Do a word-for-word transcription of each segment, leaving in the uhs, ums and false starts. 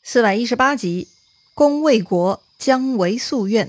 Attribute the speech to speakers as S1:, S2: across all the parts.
S1: 四百一十八集，攻魏国，姜维夙愿。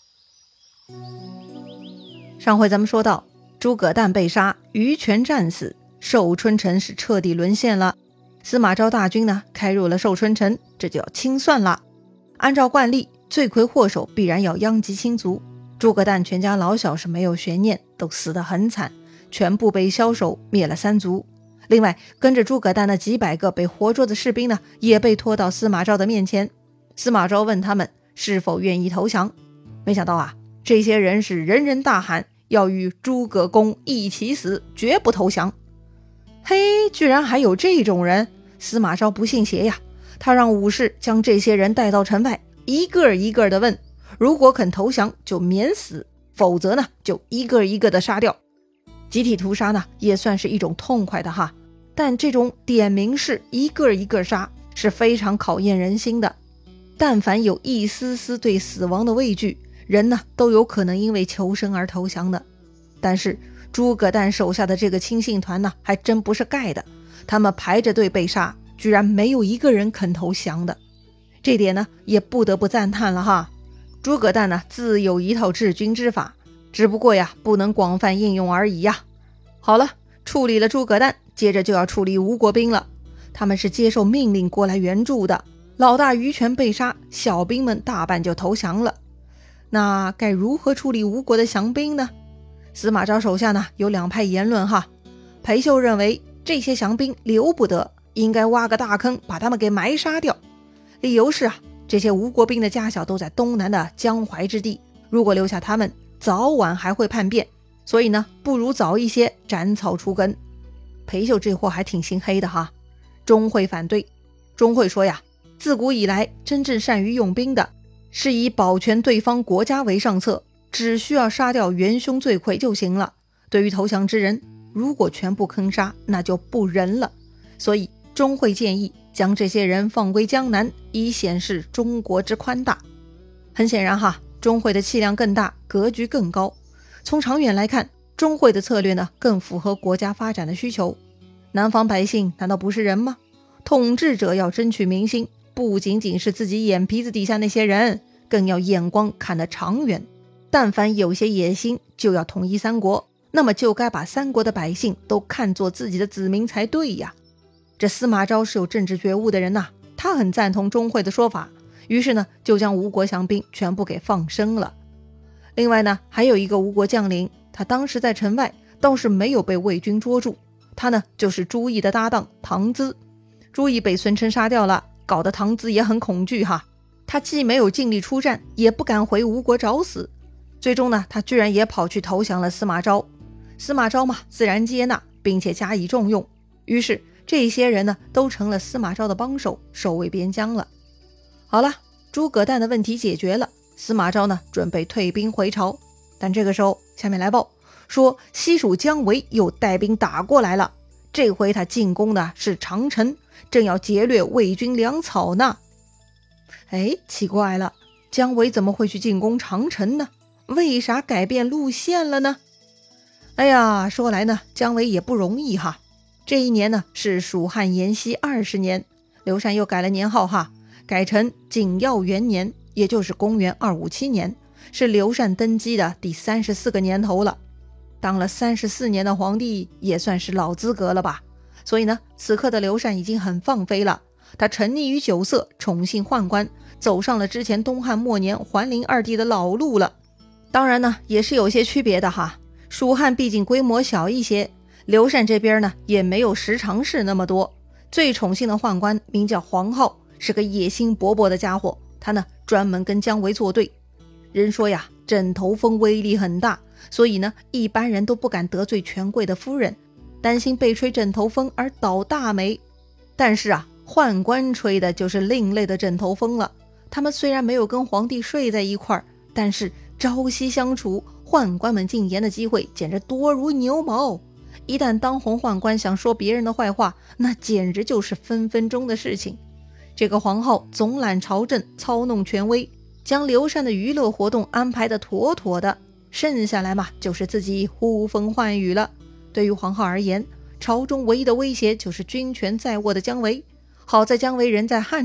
S1: 上回咱们说到，诸葛诞被杀，于权战死，寿春城是彻底沦陷了。司马昭大军呢，开入了寿春城，这就要清算了。按照惯例，罪魁祸首必然要殃及亲族。诸葛诞全家老小是没有悬念，都死得很惨，全部被枭首灭了三族。另外，跟着诸葛诞的几百个被活捉的士兵呢，也被拖到司马昭的面前。司马昭问他们是否愿意投降。没想到啊，这些人是人人大喊要与诸葛公一起死，绝不投降。嘿，居然还有这种人！司马昭不信邪呀，他让武士将这些人带到城外，一个一个的问，如果肯投降就免死，否则呢就一个一个的杀掉。集体屠杀呢也算是一种痛快的哈，但这种点名式一个一个杀是非常考验人心的。但凡有一丝丝对死亡的畏惧，人呢都有可能因为求生而投降的。但是诸葛诞手下的这个亲信团呢还真不是盖的，他们排着队被杀，居然没有一个人肯投降的。这点呢也不得不赞叹了哈。诸葛诞呢自有一套治军之法，只不过呀不能广泛应用而已呀。好了，处理了诸葛诞，接着就要处理吴国兵了。他们是接受命令过来援助的，老大于权被杀，小兵们大半就投降了。那该如何处理吴国的降兵呢？司马昭手下呢有两派言论哈。裴秀认为这些降兵留不得，应该挖个大坑把他们给埋杀掉。理由是啊，这些吴国兵的家小都在东南的江淮之地，如果留下他们，早晚还会叛变，所以呢不如早一些斩草除根。裴秀这货还挺心黑的哈。钟会反对，钟会说呀，自古以来真正善于用兵的是以保全对方国家为上策，只需要杀掉元凶罪魁就行了。对于投降之人，如果全部坑杀，那就不仁了。所以钟会建议将这些人放归江南，以显示中国之宽大。很显然哈，钟会的气量更大，格局更高。从长远来看，钟会的策略呢更符合国家发展的需求。南方百姓难道不是人吗？统治者要争取民心，不仅仅是自己眼皮子底下那些人，更要眼光看得长远。但凡有些野心就要统一三国，那么就该把三国的百姓都看作自己的子民才对呀。这司马昭是有政治觉悟的人呐、啊，他很赞同钟会的说法，于是呢就将吴国降兵全部给放生了。另外呢还有一个吴国将领，他当时在城外倒是没有被魏军捉住，他呢就是朱毅的搭档唐咨。朱毅被孙琛杀掉了，搞得唐咨也很恐惧哈。他既没有尽力出战，也不敢回吴国找死。最终呢他居然也跑去投降了司马昭。司马昭嘛自然接纳，并且加以重用，于是这些人呢都成了司马昭的帮手，守卫边疆了。好了，诸葛诞的问题解决了，司马昭呢准备退兵回朝。但这个时候下面来报说西蜀姜维又带兵打过来了，这回他进攻的是长城，正要劫掠魏军粮草呢。哎，奇怪了，姜维怎么会去进攻长城呢？为啥改变路线了呢？哎呀，说来呢姜维也不容易哈。这一年呢是蜀汉延熙二十年，刘禅又改了年号哈，改成景耀元年，也就是公元二五七年，是刘禅登基的第三十四个年头了。当了三十四年的皇帝，也算是老资格了吧。所以呢此刻的刘禅已经很放飞了，他沉溺于酒色，宠幸宦官，走上了之前东汉末年桓灵二帝的老路了。当然呢也是有些区别的哈，蜀汉毕竟规模小一些，刘禅这边呢也没有十常侍那么多。最宠幸的宦官名叫黄皓，是个野心勃勃的家伙，他呢专门跟姜维作对。人说呀，枕头风威力很大，所以呢一般人都不敢得罪权贵的夫人，担心被吹枕头风而倒大霉。但是啊，宦官吹的就是另类的枕头风了。他们虽然没有跟皇帝睡在一块儿，但是朝夕相处，宦官们进言的机会简直多如牛毛。一旦当红宦官想说别人的坏话，那简直就是分分钟的事情。这个黄皓总揽朝政，操弄权威，将刘禅的娱乐活动安排得妥妥的，剩下来嘛就是自己呼风唤雨了。对于黄皓而言，朝中唯一的威胁就是军权在握的姜维。好在姜维人在汉中，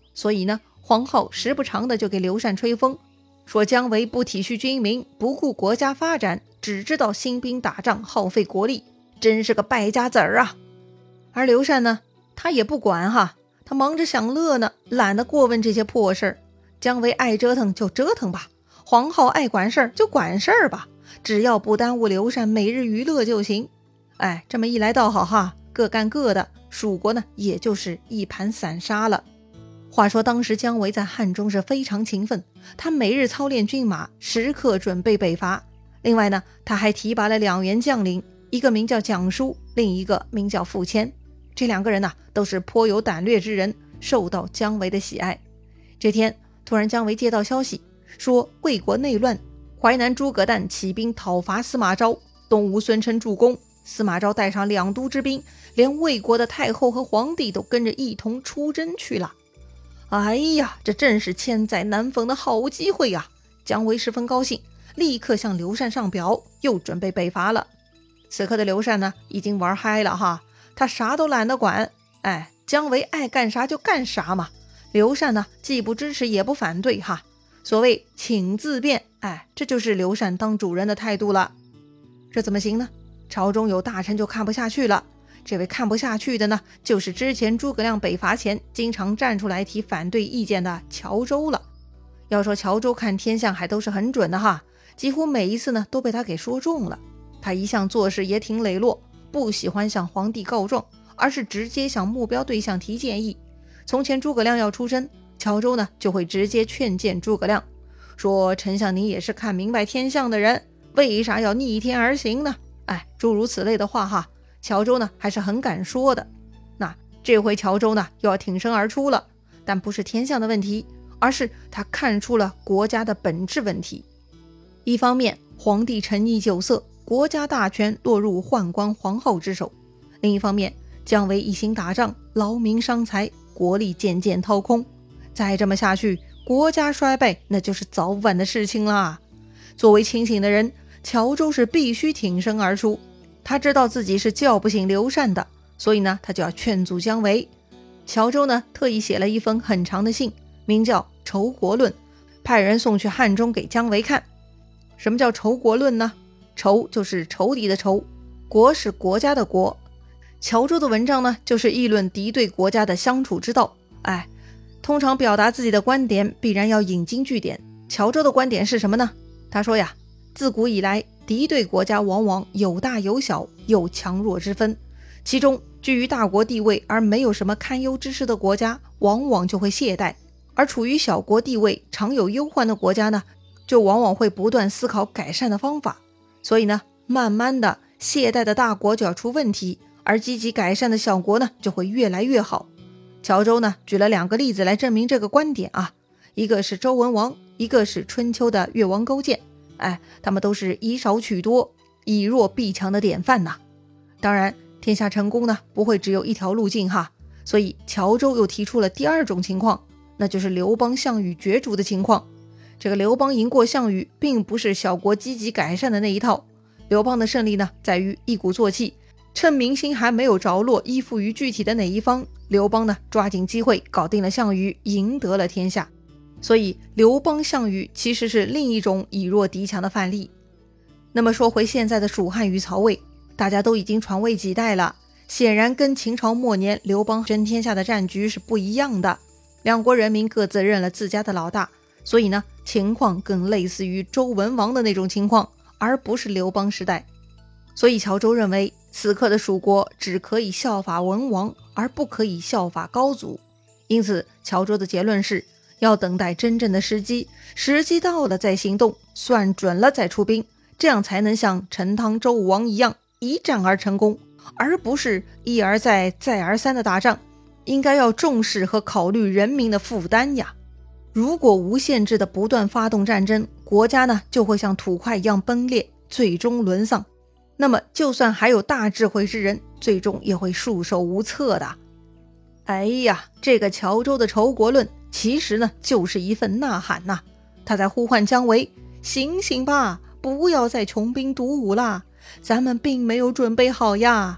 S1: 所以呢，黄皓时不常的就给刘禅吹风，说姜维不体恤军民，不顾国家发展，只知道兴兵打仗，耗费国力，真是个败家子儿啊。而刘禅呢，他也不管哈，他忙着享乐呢，懒得过问这些破事儿。姜维爱折腾就折腾吧，黄皓爱管事儿就管事儿吧，只要不耽误刘禅每日娱乐就行。哎，这么一来倒好哈，各干各的，蜀国呢也就是一盘散沙了。话说当时姜维在汉中是非常勤奋，他每日操练军马，时刻准备北伐。另外呢，他还提拔了两员将领，一个名叫蒋舒，另一个名叫傅谦。这两个人呢，都是颇有胆略之人，受到姜维的喜爱。这天突然姜维接到消息，说魏国内乱，淮南诸葛诞起兵讨伐司马昭，东吴孙称助攻，司马昭带上两都之兵，连魏国的太后和皇帝都跟着一同出征去了。哎呀，这正是千载难逢的好机会呀！姜维十分高兴，立刻向刘禅上表，又准备北伐了。此刻的刘禅呢，已经玩嗨了哈，他啥都懒得管，哎，姜维爱干啥就干啥嘛。刘禅呢，既不支持也不反对哈。所谓请自便，哎，这就是刘禅当主人的态度了。这怎么行呢？朝中有大臣就看不下去了。这位看不下去的呢，就是之前诸葛亮北伐前经常站出来提反对意见的谯周了。要说谯周看天象还都是很准的哈，几乎每一次呢都被他给说中了。他一向做事也挺磊落，不喜欢向皇帝告状，而是直接向目标对象提建议。从前诸葛亮要出征，谯周呢就会直接劝谏诸葛亮，说丞相您也是看明白天象的人，为啥要逆天而行呢？哎，诸如此类的话哈，谯周呢还是很敢说的。那这回谯周呢又要挺身而出了，但不是天象的问题，而是他看出了国家的本质问题。一方面，皇帝沉溺酒色，国家大权落入宦官皇后之手；另一方面，姜维一心打仗，劳民伤财，国力渐渐掏空。再这么下去，国家衰败那就是早晚的事情啦。作为清醒的人，谯周是必须挺身而出。他知道自己是叫不醒刘禅的，所以呢，他就要劝阻姜维。谯周呢，特意写了一封很长的信，名叫《仇国论》，派人送去汉中给姜维看。什么叫仇国论呢？仇就是仇敌的仇，国是国家的国。谯周的文章呢，就是议论敌对国家的相处之道。哎，通常表达自己的观点必然要引经据典。谯周的观点是什么呢？他说呀，自古以来，敌对国家往往有大有小，有强弱之分，其中居于大国地位而没有什么堪忧之事的国家，往往就会懈怠，而处于小国地位常有忧患的国家呢，就往往会不断思考改善的方法。所以呢，慢慢的懈怠的大国就要出问题，而积极改善的小国呢就会越来越好。谯周呢举了两个例子来证明这个观点啊，一个是周文王，一个是春秋的越王勾践。哎，他们都是以少取多，以弱必强的典范呐。当然，天下成功呢不会只有一条路径哈，所以谯周又提出了第二种情况，那就是刘邦项羽角逐的情况。这个刘邦赢过项羽，并不是小国积极改善的那一套。刘邦的胜利呢，在于一鼓作气，趁民心还没有着落，依附于具体的哪一方，刘邦呢抓紧机会搞定了项羽，赢得了天下。所以刘邦项羽其实是另一种以弱敌强的范例。那么说回现在的蜀汉与曹魏，大家都已经传位几代了，显然跟秦朝末年刘邦争天下的战局是不一样的。两国人民各自认了自家的老大，所以呢，情况更类似于周文王的那种情况，而不是刘邦时代。所以谯周认为，此刻的蜀国只可以效法文王，而不可以效法高祖。因此谯周的结论是，要等待真正的时机，时机到了再行动，算准了再出兵，这样才能像陈汤周武王一样一战而成功，而不是一而再再而三的打仗。应该要重视和考虑人民的负担呀。如果无限制的不断发动战争，国家呢就会像土块一样崩裂，最终沦丧。那么就算还有大智慧之人，最终也会束手无策的。哎呀，这个谯周的仇国论其实呢就是一份呐喊呐、啊，他在呼唤姜维，醒醒吧，不要再穷兵黩武啦，咱们并没有准备好呀。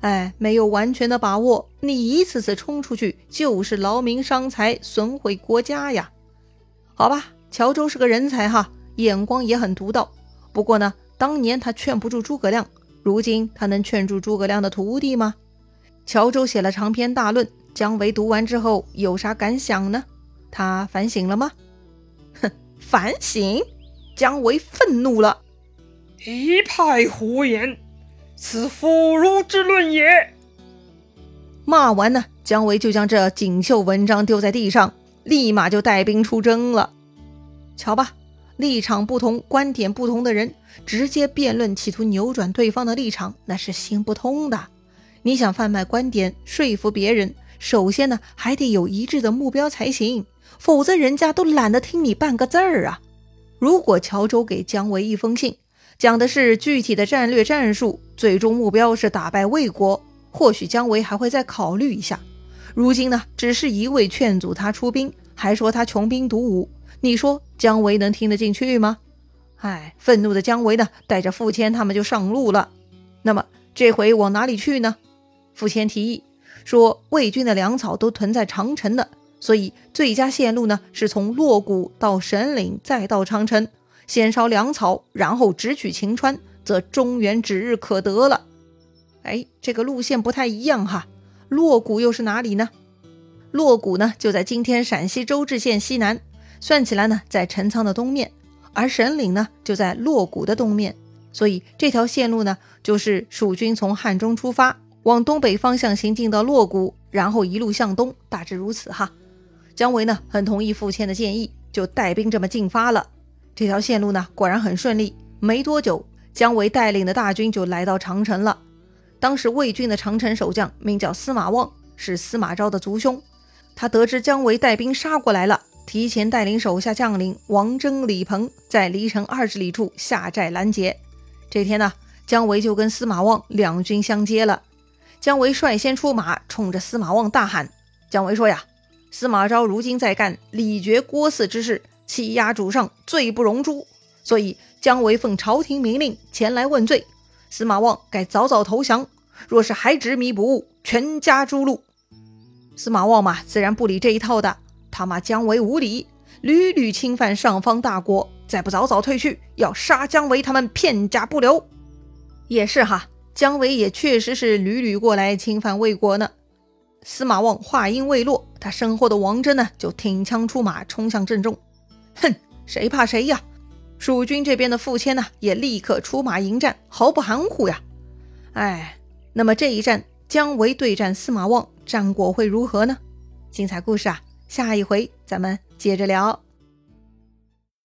S1: 哎，没有完全的把握，你一次次冲出去就是劳民伤财，损毁国家呀。好吧，乔州是个人才哈，眼光也很独到。不过呢，当年他劝不住诸葛亮，如今他能劝住诸葛亮的徒弟吗？乔州写了长篇大论，姜维读完之后有啥感想呢？他反省了吗？哼，反省？姜维愤怒了。
S2: 一派胡言，此妇孺之论也。
S1: 骂完呢，姜维就将这锦绣文章丢在地上，立马就带兵出征了。瞧吧，立场不同、观点不同的人直接辩论，企图扭转对方的立场，那是行不通的。你想贩卖观点说服别人，首先呢还得有一致的目标才行，否则人家都懒得听你半个字儿啊。如果乔州给姜维一封信，讲的是具体的战略战术，最终目标是打败魏国，或许姜维还会再考虑一下。如今呢，只是一味劝阻他出兵，还说他穷兵黩武，你说姜维能听得进去吗？哎，愤怒的姜维呢，带着傅谦他们就上路了。那么这回往哪里去呢？傅谦提议说，魏军的粮草都屯在长城的，所以最佳线路呢是从洛谷到神岭，再到长城，先烧粮草，然后直取秦川，则中原指日可得了。哎，这个路线不太一样哈。洛谷又是哪里呢？洛谷呢就在今天陕西周至县西南，算起来呢在陈仓的东面，而神岭呢就在洛谷的东面，所以这条线路呢就是蜀军从汉中出发，往东北方向行进到洛谷，然后一路向东，大致如此哈。姜维呢很同意傅谦的建议，就带兵这么进发了。这条线路呢果然很顺利，没多久姜维带领的大军就来到长城了。当时魏军的长城守将名叫司马望，是司马昭的族兄。他得知姜维带兵杀过来了，提前带领手下将领王征、李鹏在离城二十里处下寨拦截。这天呢，姜维就跟司马望两军相接了。姜维率先出马，冲着司马望大喊：姜维说呀，司马昭如今在干李傕郭汜之事，欺压主上，罪不容诛，所以姜维奉朝廷明令前来问罪，司马望该早早投降，若是还执迷不悟，全家诛戮。司马望嘛，自然不理这一套的，他骂姜维无礼，屡屡侵犯上方大国，再不早早退去，要杀姜维他们片甲不留。也是哈，姜维也确实是屡屡过来侵犯魏国呢。司马望话音未落，他身后的王征呢就挺枪出马，冲向阵中。哼，谁怕谁呀！蜀军这边的傅谦呢也立刻出马迎战，毫不含糊呀。哎，那么这一战姜维对战司马望，战果会如何呢？精彩故事啊，下一回咱们接着聊。